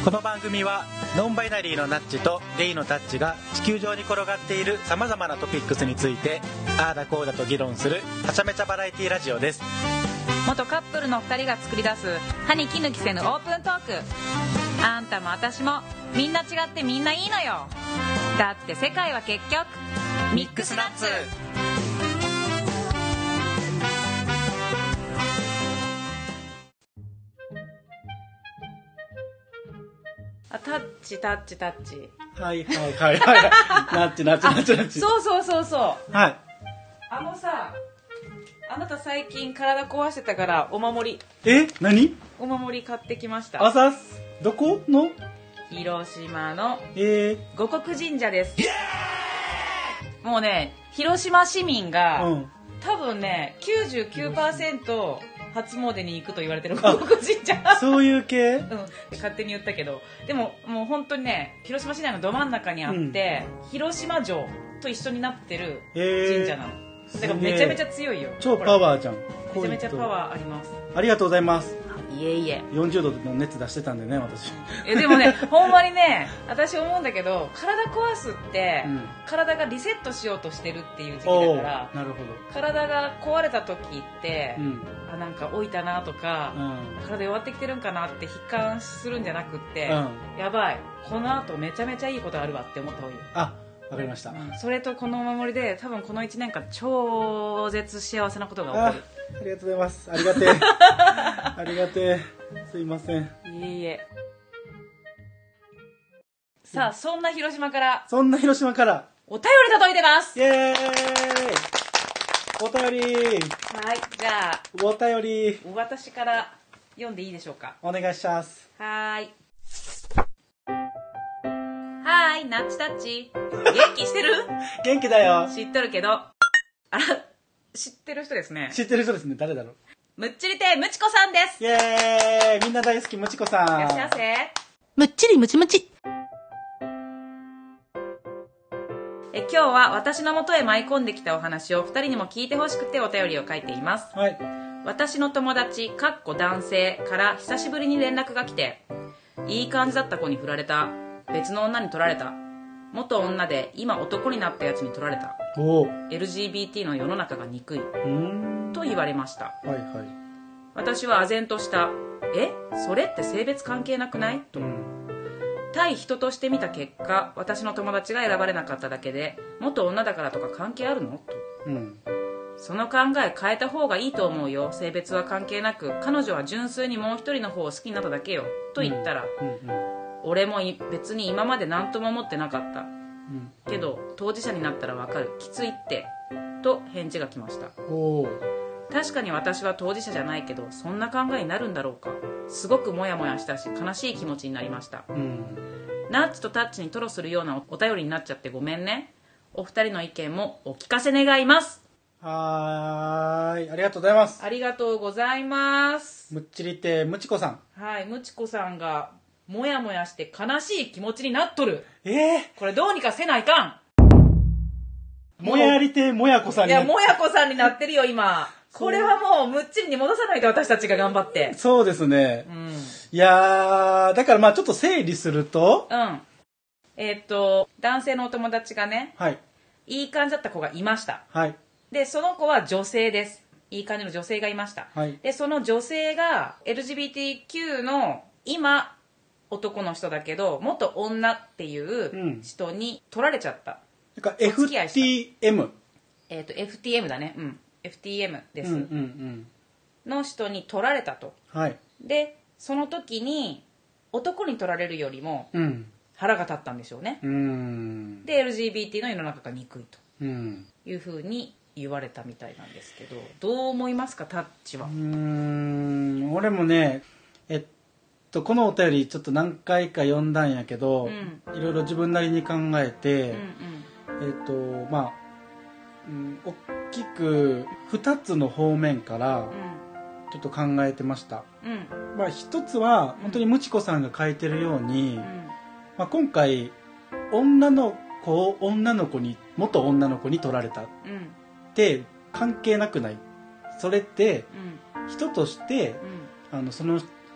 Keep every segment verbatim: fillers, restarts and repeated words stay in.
この番組はノンバイナリーのナッチとゲイのタッチが地球上に転がっているさまざまなトピックスについてああだこうだと議論するはちゃめちゃバラエティラジオです。 元カップルのふたりが作り出す歯に衣着せぬオープントーク。あんたも私もみんな違ってみんないいのよ。だって世界は結局ミックスナッツ。あ、タッチタッチタッチ。 はいはいはいはい。ナッチナッチナッチナッチ。 そうそうそうそう。 はい。 あのさ、あなた最近体壊してたからお守り。 え、何？ お守り買ってきました。 あざす。どこの？ 広島のえー、 五穀神社です。もうね、広島市民が、うん、多分ね きゅうじゅうきゅうパーセント 初詣に行くと言われてる五穀神社。 そういう系、 うん、勝手に言ったけど、でももう本当にね、広島市内のど真ん中にあって、うん、広島城と一緒になってる神社なの、えー、だからめちゃめちゃ強いよ。 超パワーじゃん。 めちゃめちゃパワーあります。 ありがとうございます。 いえいえ。 よんじゅうどの熱出してたんでね、私。 えでもね、ほんまにね、私思うんだけど、体壊すって、うん、体がリセットしようとしてるっていう時期だから、 なるほど。 体が壊れた時って、うん、あ、なんか老いたなとか、うん、体弱ってきてるんかなって悲観するんじゃなくって、うん、やばい、この後めちゃめちゃいいことあるわって思った方がいいよ。 あ、わかりました、うん、 それとこのお守りで多分このいちねんかん超絶幸せなことが起こる。 ありがとうございます。ありがてえありがてえ。すいません。 いえいえ。さあ、そんな広島からそんな広島からお便り届いてます。 イエーイ。お便り。 はい、じゃあお便り、 私から読んでいいでしょうか。 お願いします。 はーい。はーい、ナッチタッチ。元気してる？ 元気だよ。 知っとるけど。あら、知ってる人ですね。 知ってる人ですね。誰だろう。 むっちり亭むちこさんです。 イエーイ。みんな大好きむちこさん。 いらっしゃいませ。 むっちりむちむち。 え今日は私の元へ舞い込んできたお話をふたりにも聞いてほしくてお便りを書いています。 はい。 私の友達かっこ男性から久しぶりに連絡が来て、いい感じだった子に振られた、別の女に取られた、元女で今男になったやつに取られた、 おエルジービーティー の世の中が憎いと言われました。 はいはい。 私は唖然とした。え、それって性別関係なくない？と、うん、対人として見た結果、私の友達が選ばれなかっただけで、元女だからとか関係あるの？と、うん、その考え変えた方がいいと思うよ。性別は関係なく、彼女は純粋にもう一人の方を好きになっただけよ。と言ったら、うんうんうん、俺も別に今まで何とも思ってなかった、うん、けど当事者になったらわかる、きついってと返事が来ました。 おー、 確かに私は当事者じゃないけど、そんな考えになるんだろうか。すごくモヤモヤしたし悲しい気持ちになりました、うん、ナッチとタッチに吐露するようなお便りになっちゃってごめんね。お二人の意見もお聞かせ願います。 はーい、ありがとうございます。 ありがとうございます。 むっちりってむちこさん。 はい、むちこさんがもやもやして悲しい気持ちになっとる。 えー、 これどうにかせないかん。もやりてもやこさんに。 いや、もやこさんになってるよ今。これはもうむっちりに戻さないと、私たちが頑張って。 そうですね、うん、いやー、だからまあちょっと整理すると、 うん、えー、っと男性のお友達がね、 はい、 いい感じだった子がいました、 はい、 でその子は女性です。いい感じの女性がいました、はい、でその女性が エルジービーティーキュー の今男の人だけど元女っていう人に取られちゃった、 うん、なんか エフティーエムえー、っと エフティーエム だね、うん、エフティーエム です、うんうんうん、の人に取られたと、 はい、でその時に男に取られるよりも腹が立ったんでしょうね、うん、で エルジービーティー の世の中が憎いというふうに言われたみたいなんですけど、どう思いますか、タッチは。 うーん、俺もね、えっとこのお便りちょっと何回か読んだんやけど、うん、いろいろ自分なりに考えて、うんうん、えっとまあ、うん、大きくふたつの方面からちょっと考えてました、うん、まあ一つは本当にムチコさんが書いてるように、うん、まあ、今回女の子を女の子に元女の子に取られた、うん、って関係なくない？それって人として、うん、あのその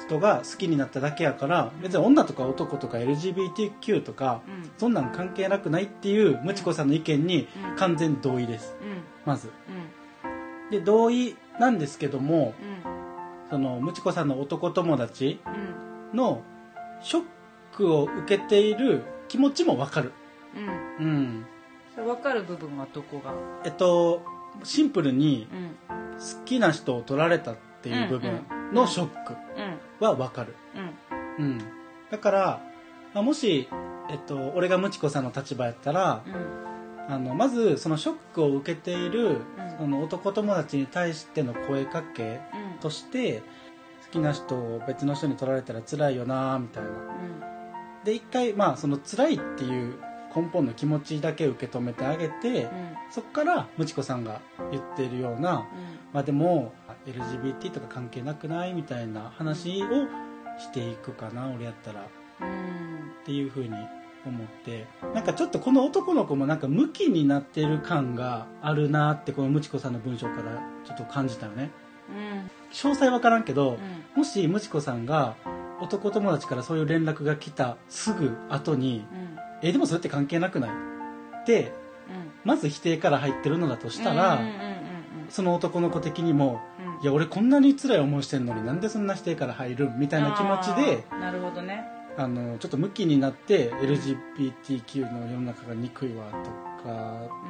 人が好きになっただけやから別に女とか男とか エルジービーティーキュー とか、うん、そんなん関係なくないっていうムチコさんの意見に完全同意です、うん、まず、うん、で同意なんですけども、うん、そのムチコさんの男友達のショックを受けている気持ちも分かる、 うんうん分かる部分はどこが？ えっとシンプルに好きな人を取られたっていう部分のショックは分かる、うんうん、だから、まあ、もし、えっと、俺がムチコさんの立場やったら、うん、あのまずそのショックを受けている、うん、その男友達に対しての声かけとして、うん、好きな人を別の人に取られたら辛いよなみたいな、うん、で一回、まあ、その辛いっていう根本の気持ちだけ受け止めてあげて、うん、そこからムチコさんが言っているような、うん、まあでも エルジービーティー とか関係なくないみたいな話をしていくかな俺やったら、うん、っていう風に思って、なんかちょっとこの男の子もなんかムキになってる感があるなってこのムチコさんの文章からちょっと感じたよね、うん、詳細わからんけど、うん、もしムチコさんが男友達からそういう連絡が来たすぐ後に、うんえでもそれって関係なくないって、うん、まず否定から入ってるのだとしたら、うんうんうんうん、その男の子的にも、うん、いや俺こんなに辛い思いしてんのになんでそんな否定から入るみたいな気持ちでなるほどねあのちょっとムキになって、うん、エルジービーティーキュー の世の中が憎いわとか、うん、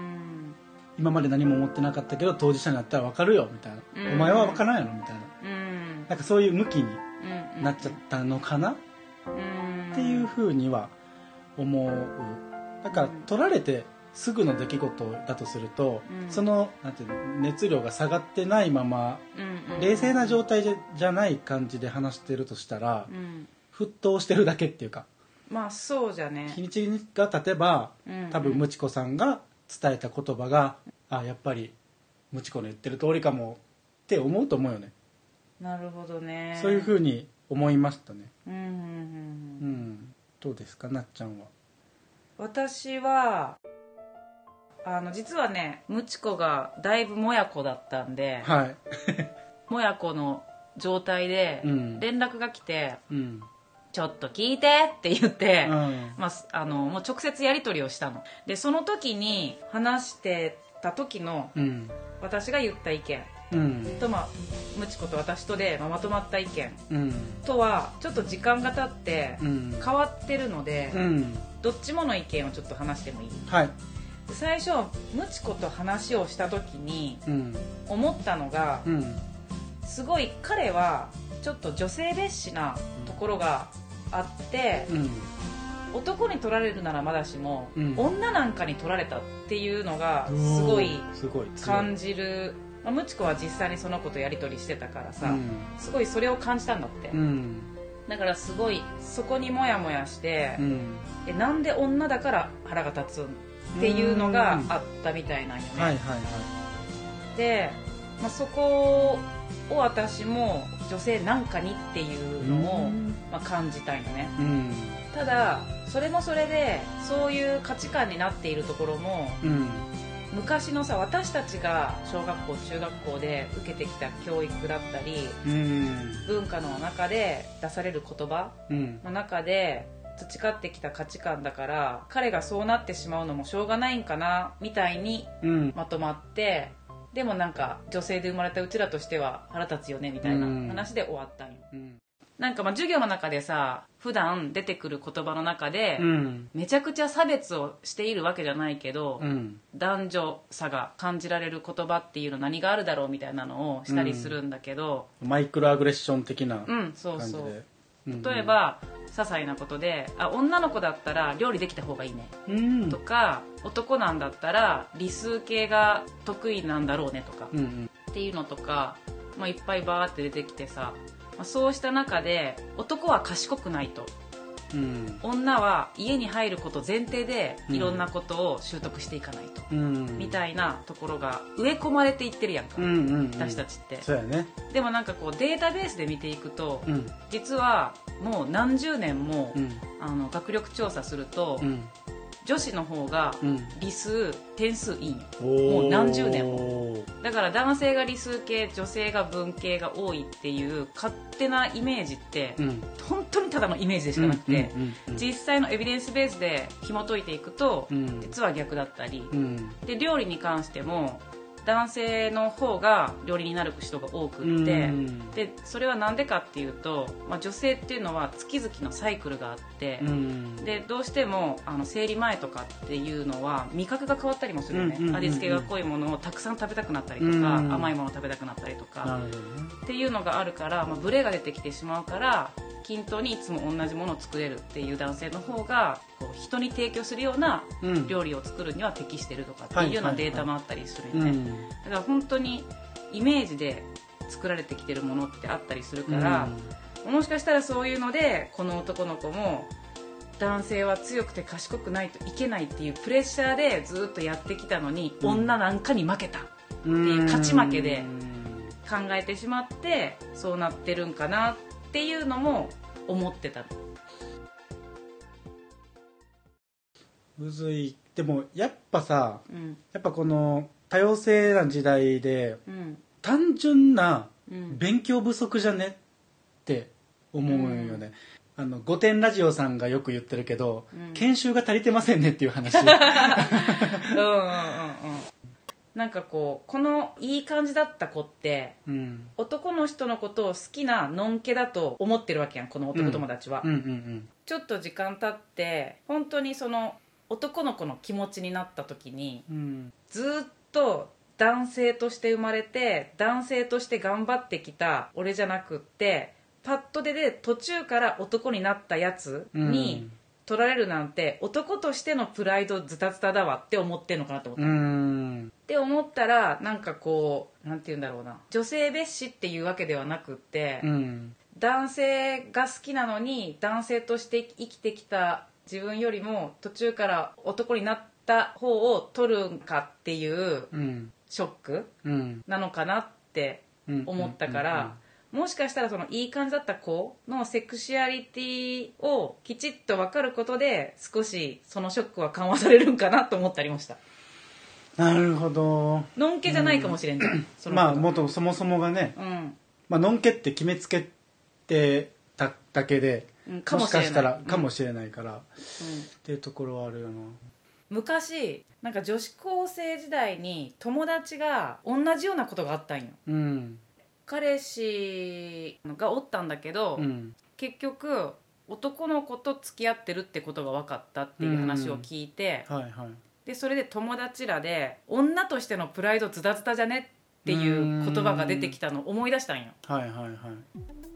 今まで何も思ってなかったけど当事者になったら分かるよみたいな、うん、お前は分からんやろみたいな、うん、なんかそういうムキになっちゃったのかな、うん、っていうふうには思う。だから取られてすぐの出来事だとすると、うん、そのなんていうの熱量が下がってないまま、うんうん、冷静な状態じ ゃ, じゃない感じで話してるとしたら、うん、沸騰してるだけっていうかまあそうじゃね日にちが経てば、うんうん、多分ムチコさんが伝えた言葉があやっぱりムチコの言ってる通りかもって思うと思うよね。 なるほどね。 そういうふうに思いましたね。 うんうんうんうん、 うんどうですかなっちゃんは。 私はあの実はねムチコがだいぶもやこだったんで、はい、もやこの状態で連絡が来て、うん、ちょっと聞いてって言って、うんまあ、あのもう直接やり取りをしたのでその時に話してた時の、うん、私が言った意見うん、とまあムチコと私とで、まあ、まとまった意見、うん、とはちょっと時間が経って変わってるので、うん、どっちもの意見をちょっと話してもいい、はい、最初ムチコと話をした時に思ったのが、うん、すごい彼はちょっと女性蔑視なところがあって、うん、男に取られるならまだしも、うん、女なんかに取られたっていうのがすごい感じる。まあ、ムチコは実際にその子とやり取りしてたからさ、うん、すごいそれを感じたんだって、うん、だからすごいそこにモヤモヤして、うん、えなんで女だから腹が立つんっていうのがあったみたいなんよね、はいはいはい、で、まあ、そこを私も女性なんかにっていうのを、まあ、感じたいのね、うん、ただそれもそれでそういう価値観になっているところも、うん昔のさ私たちが小学校中学校で受けてきた教育だったり、うん、文化の中で出される言葉の中で培ってきた価値観だから彼がそうなってしまうのもしょうがないんかなみたいにまとまって、うん、でもなんか女性で生まれたうちらとしては腹立つよねみたいな話で終わったんよ、うんなんかまあ授業の中でさ普段出てくる言葉の中で、うん、めちゃくちゃ差別をしているわけじゃないけど、うん、男女差が感じられる言葉っていうの何があるだろうみたいなのをしたりするんだけど、 うん、マイクロアグレッション的な感じで、 うんそうそう、例えば些細なことであ女の子だったら料理できた方がいいね、うん、とか男なんだったら理数系が得意なんだろうねとか、うんうん、っていうのとか、まあ、いっぱいバーって出てきてさそうした中で男は賢くないと、うん、女は家に入ること前提でいろんなことを習得していかないと、うん、みたいなところが植え込まれていってるやんか、うんうんうん、私たちってそうやね。 でもなんかこうデータベースで見ていくと、うん、実はもう何十年も、うん、あの学力調査すると、うん、 女子の方が理数点数いいんよ、 うん、 もう何十年も。だから男性が理数系女性が文系が多いっていう勝手なイメージって、うん、本当にただのイメージでしかなくて、うんうんうんうん、実際のエビデンスベースで紐解いていくと、うん、実は逆だったり、うん、で料理に関しても男性の方が料理になる人が多くって、うん、でそれはなんでかっていうと、まあ、女性っていうのは月々のサイクルがあって、うん、でどうしてもあの生理前とかっていうのは味覚が変わったりもするよね、うんうんうんうん、味付けが濃いものをたくさん食べたくなったりとか、うん、甘いものを食べたくなったりとか、ね、っていうのがあるから、まあ、ブレが出てきてしまうから均等にいつも同じものを作れるっていう男性の方がこう人に提供するような料理を作るには適してるとかっていうようなデータもあったりするよね。だから本当にイメージで作られてきてるものってあったりするから、うん、もしかしたらそういうのでこの男の子も男性は強くて賢くないといけないっていうプレッシャーでずっとやってきたのに、うん、女なんかに負けたっていう勝ち負けで考えてしまってそうなってるんかなっていうのも思ってた。 むずい。でもやっぱさ、うん、やっぱこの多様性な時代で、うん、単純な勉強不足じゃねって思うよね、うん、あの御殿ラジオさんがよく言ってるけど、うん、研修が足りてませんねっていう話うんうんうんうん、 なんかこうこのいい感じだった子って、うん、男の人のことを好きなのんけだと思ってるわけやんこの男友達は、うんうんうんうん、ちょっと時間経って本当にその男の子の気持ちになった時に、うん、ずっと男性として生まれて男性として頑張ってきた俺じゃなくってパッと出で途中から男になったやつに取られるなんて、うん、男としてのプライドズタズタだわって思ってんのかなと思った、うん、って思ったらなんかこうなんて言うんだろうな女性蔑視っていうわけではなくって、うん、男性が好きなのに男性として生きてきた自分よりも途中から男になった方を取るんかっていうショックなのかなって思ったから、もしかしたらそのいい感じだった子のセクシュアリティをきちっと分かることで少しそのショックは緩和されるんかなと思ったりもした。 なるほど。 のんけじゃないかもしれんじゃん、うん、 そのまあ元そもそもがね、うんまあのんけって決めつけてただけで、うん、かもしかしたらかもしれないから、うん、っていうところはあるよな。 昔なんか女子高生時代に友達が同じようなことがあったんよ、うん、彼氏がおったんだけど、うん、結局男の子と付き合ってるってことが分かったっていう話を聞いて、うんはいはい、でそれで友達らで女としてのプライドズタズタじゃねっていう言葉が出てきたのを思い出したんよ、はいはいはい、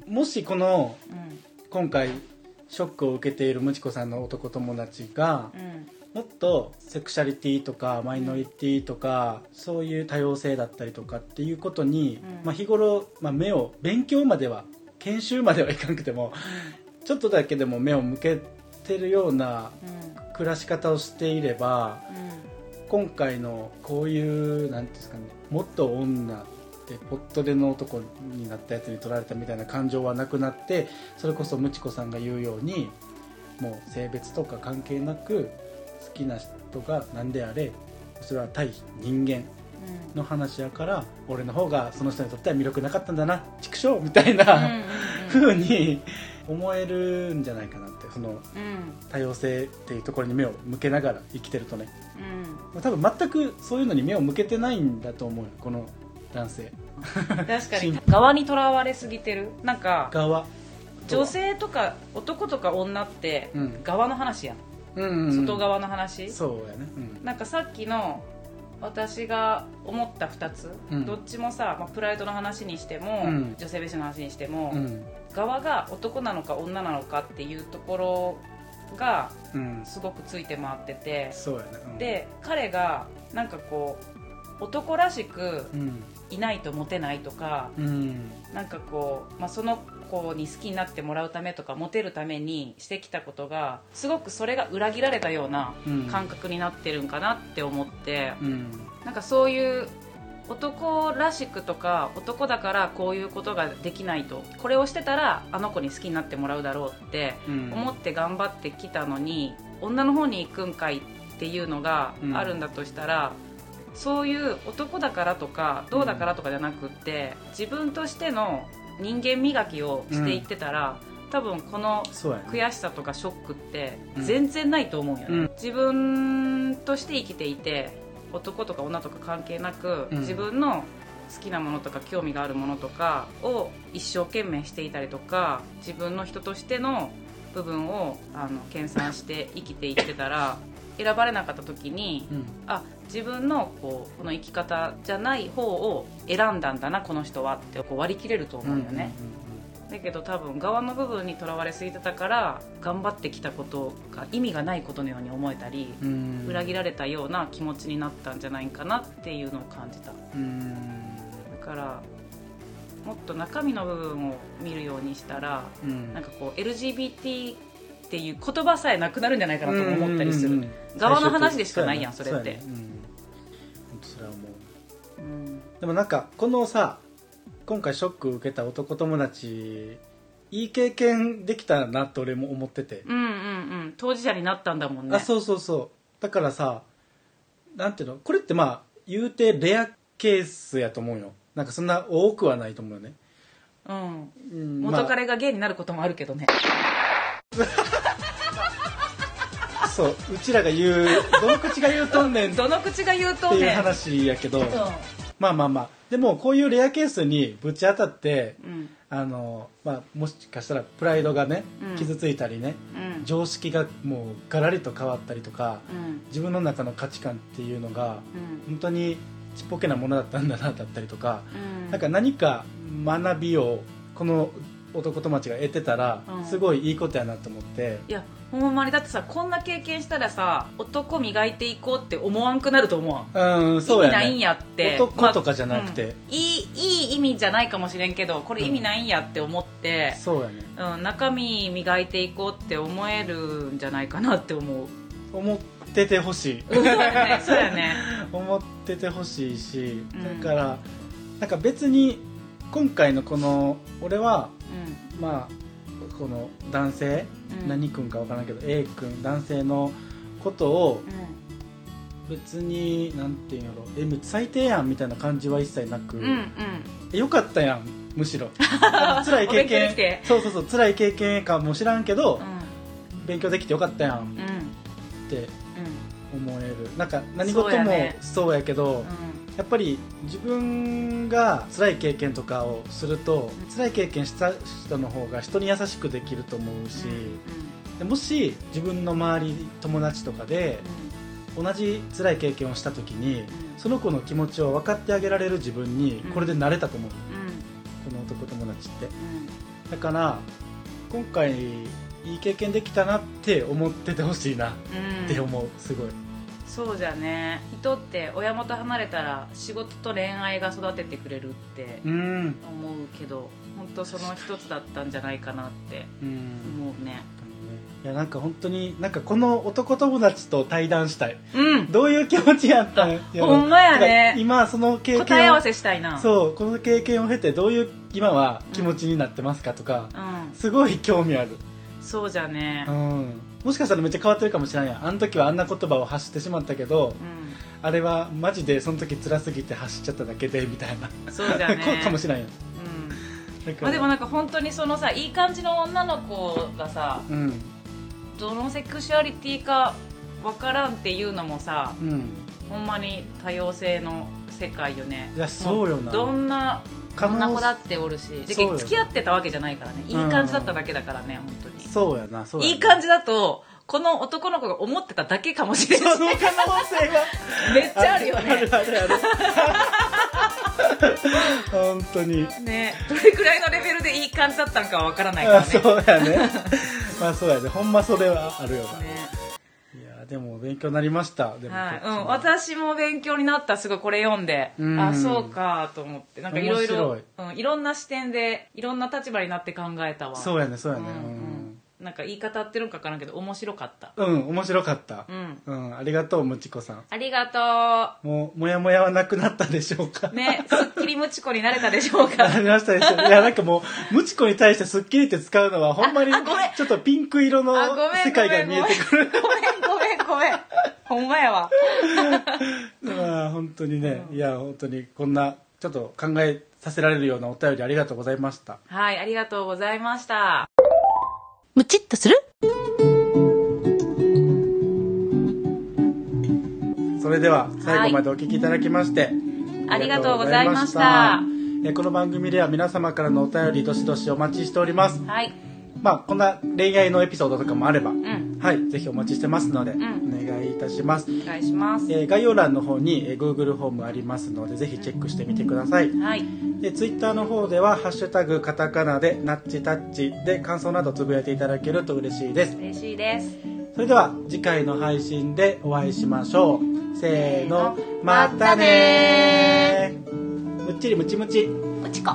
もしこの、うん、今回ショックを受けているムチコさんの男友達が、うんもっとセクシャリティとかマイノリティとか、うん、そういう多様性だったりとかっていうことに、うんまあ、日頃、まあ、目を勉強までは研修まではいかなくても、うん、ちょっとだけでも目を向けてるような暮らし方をしていれば、うん、今回のこういうなんていうんですかねもっと女ってポットでの男になったやつに取られたみたいな感情はなくなって、それこそムチコさんが言うようにもう性別とか関係なく好きな人が何であれそれは対人間の話やから、うん、俺の方がその人にとっては魅力なかったんだな畜生みたいな、うんうんうん、風に思えるんじゃないかなって、その、うん、多様性っていうところに目を向けながら生きてるとね、うん、多分全くそういうのに目を向けてないんだと思うよこの男性。 確かに側にとらわれすぎてる。なんか側女性とか男とか女って側の話やん、うんうん、外側の話。 そうやね、 うん、なんかさっきの私が思ったふたつ、うん、どっちもさ、まあ、プライドの話にしても、うん、女性蔑視の話にしても、うん、側が男なのか女なのかっていうところがすごくついて回ってて、 そうやね、うん、 で彼がなんかこう男らしくいないとモテないとか、うん、なんかこう、まあ、その子に好きになってもらうためとかモテるためにしてきたことがすごくそれが裏切られたような感覚になってるんかなって思って、うん、なんかそういう男らしくとか男だからこういうことができないと、これをしてたらあの子に好きになってもらうだろうって思って頑張ってきたのに、うん、女の方に行くんかいっていうのがあるんだとしたら、うん、そういう男だからとかどうだからとかじゃなくって、うん、自分としての人間磨きをしていってたら、うん、多分この悔しさとかショックって全然ないと思うよね、うん、自分として生きていて男とか女とか関係なく、うん、自分の好きなものとか興味があるものとかを一生懸命していたりとか、自分の人としての部分をあの研鑽して生きていってたら選ばれなかった時に、うん、あ、自分のこうこの生き方じゃない方を選んだんだなこの人はってこう割り切れると思うよね、うんうんうん、だけど多分側の部分にとらわれすぎてたから頑張ってきたことが意味がないことのように思えたり、うん、裏切られたような気持ちになったんじゃないかなっていうのを感じた、うん、だからもっと中身の部分を見るようにしたら、うん、なんかこう エルジービーティー っていう言葉さえなくなるんじゃないかなと思ったりする、うんうんうん、側の話でしかないやんそれって、うん、本当それは思う、うん、でもなんかこのさ今回ショック受けた男友達いい経験できたなって俺も思ってて、 うんうんうん、当事者になったんだもんね。 あ、そうそうそう、だからさなんていうのこれってまあ言うてレアケースやと思うよ。なんかそんな多くはないと思うよね。 うん、うん、元彼がゲイになることもあるけどね、まあ、そううちらが言うどの口が言うとんねんどの口が言うとんねんっていう話やけど、うん、まあまあまあでもこういうレアケースにぶち当たって、うん、あのまあ、もしかしたらプライドがね、うん、傷ついたりね、うん、常識がもうガラリと変わったりとか、うん、自分の中の価値観っていうのが、うん、本当にちっぽけなものだったんだなだったりとか、うん、なんか何か学びをこの男友達が得てたら、うん、すごいいいことやなと思って。いやほんまにだってさこんな経験したらさ男磨いていこうって思わんくなると思わん、うん、そうやね、 意味ないんやって男とかじゃなくて、まあうん、いい、いい意味じゃないかもしれんけどこれ意味ないんやって思って、 うん、そうやね、 うん、中身磨いていこうって思えるんじゃないかなって思う。 思っててほしいそうやね、そうやね思っててほしいし、だから、うん、なんか別に今回のこの俺は、うん、まあこの男性、うん、何君か分からないけど A 君男性のことを別になんていうんやろえ最低やんみたいな感じは一切なく、うんうん、よかったやんむしろ辛い経験そうそうそう辛い経験かも知らんけど、うん、勉強できてよかったやん、うん、って思える。なんか何事もそうやけどやっぱり自分が辛い経験とかをすると、うん、辛い経験した人の方が人に優しくできると思うし、うんうん、でもし自分の周り友達とかで、うん、同じ辛い経験をした時に、うん、その子の気持ちを分かってあげられる自分にこれでなれたと思う、うん、この男友達って、うん、だから今回いい経験できたなって思っててほしいなって思う、うん、すごい。 そうじゃね、人って親元離れたら仕事と恋愛が育ててくれるって思うけど、本当その一つだったんじゃないかなって思うね。 いやなんか本当になんかこの男友達と対談したい、 うん、 どういう気持ちやったんやろ。 ほんまやね。 今その経験を答え合わせしたいな。 そうこの経験を経てどういう今は気持ちになってますかとか、うん、すごい興味ある。 そうじゃね、 うん、もしかしたらめっちゃ変わってるかもしれないやん。あの時はあんな言葉を発してしまったけど、うん、あれはマジでその時辛すぎて発しちゃっただけでみたいな。 そうじゃねこうかもしれないやん、 うん、まあ、でもなんか本当にそのさいい感じの女の子がさ、うん、どのセクシュアリティか分からんっていうのもさ、うん、ほんまに多様性の世界よね。 いやそうよな。 どんなどんな子だっておるし、付き合ってたわけじゃないからね、いい感じだっただけだからね、うん、本当にそうやな、そうやな。 いい感じだとこの男の子が思ってただけかもしれない。 その可能性はめっちゃあるよね。 あるあるある本当にね、どれくらいのレベルでいい感じだったのかは分からないからね。 そうやねまあそうやね、ほんまそれはあるよね。いやでも勉強になりました。でも、 はい、うん、私も勉強になった。すごいこれ読んで、うん、あそうかと思って、なんかいろいろいろんな視点でいろんな立場になって考えたわ。 そうやねそうやね、うんうん、 なんか言い方合ってるんか分からんけど面白かった。 うん面白かった。 うん、 うん、ありがとうむちこさん。 ありがとう。もうモヤモヤはなくなったでしょうかね。すっきりむちこになれたでしょうか。 なりましたでしょう。いやなんかもうむちこに対してすっきりって使うのはほんまにちょっとピンク色の世界が見えてくる。 ごめんごめんごめんほんまやわ。 まあ本当にね、うん、いや本当にこんなちょっと考えさせられるようなお便りありがとうございました。 はい、ありがとうございました。 ムチッとする？ それでは最後までお聞きいただきまして、はい、 ありがとうございました。 えこの番組では皆様からのお便りどしどしお待ちしております。 はい。 まあこんな恋愛のエピソードとかもあれば、 うん、 はいぜひお待ちしてますので、うん、お願いいたします。 お願いします。 えー、概要欄の方に、えー、Google フォームありますのでぜひチェックしてみてください。 はい。 で Twitter の方ではハッシュタグカタカナでナッチタッチで感想などつぶやいていただけると嬉しいです。 嬉しいです。 それでは次回の配信でお会いしましょう。せーの、またねー。むっちりむちむちむちこ。